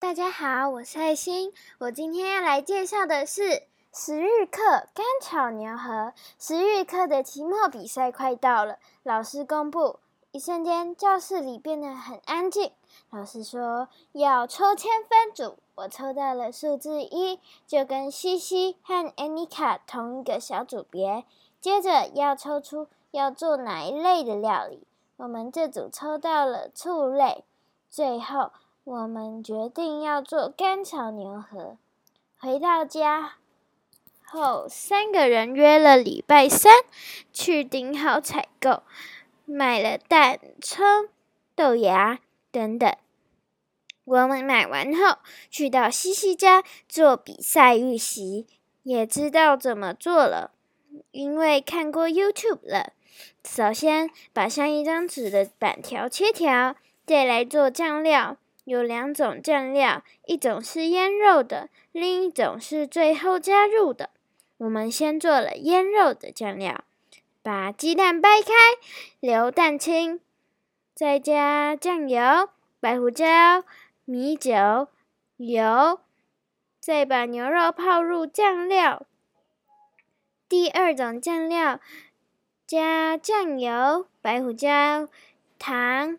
大家好，我是爱心。我今天要来介绍的是10日课干炒牛河。10日课的期末比赛快到了，老师公布，一瞬间教室里变得很安静。老师说要抽签分组，我抽到了数字1，就跟西西和安妮卡同一个小组别。接着要抽出要做哪一类的料理，我们这组抽到了醋类。最后我们决定要做干炒牛河。回到家后，3个人约了礼拜3去顶好采购，买了蛋、葱、豆芽等等。我们买完后，去到西西家做比赛预习，也知道怎么做了，因为看过 YouTube 了。首先，把像一张纸的板条切条，再来做酱料。有2种酱料，一种是腌肉的，另一种是最后加入的。我们先做了腌肉的酱料，把鸡蛋掰开，留蛋清，再加酱油、白胡椒、米酒、油，再把牛肉泡入酱料。第2种酱料，加酱油、白胡椒、糖，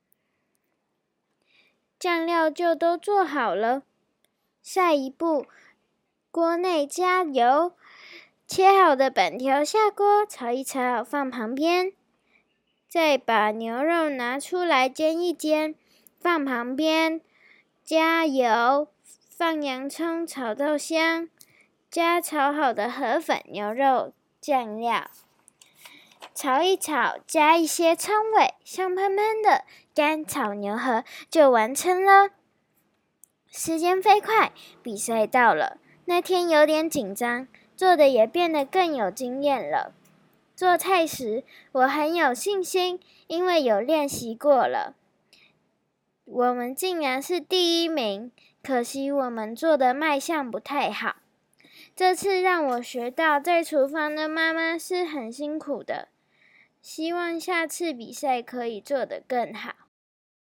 酱料就都做好了。下一步，锅内加油，切好的板条下锅炒一炒，放旁边。再把牛肉拿出来煎一煎，放旁边。加油，放洋葱炒到香，加炒好的河粉、牛肉酱料。炒一炒，加一些葱尾，香喷喷的干炒牛河就完成了。时间飞快，比赛到了。那天有点紧张，做的也变得更有经验了。做菜时，我很有信心，因为有练习过了。我们竟然是第1名，可惜我们做的卖相不太好。这次让我学到，在厨房的妈妈是很辛苦的。希望下次比赛可以做得更好。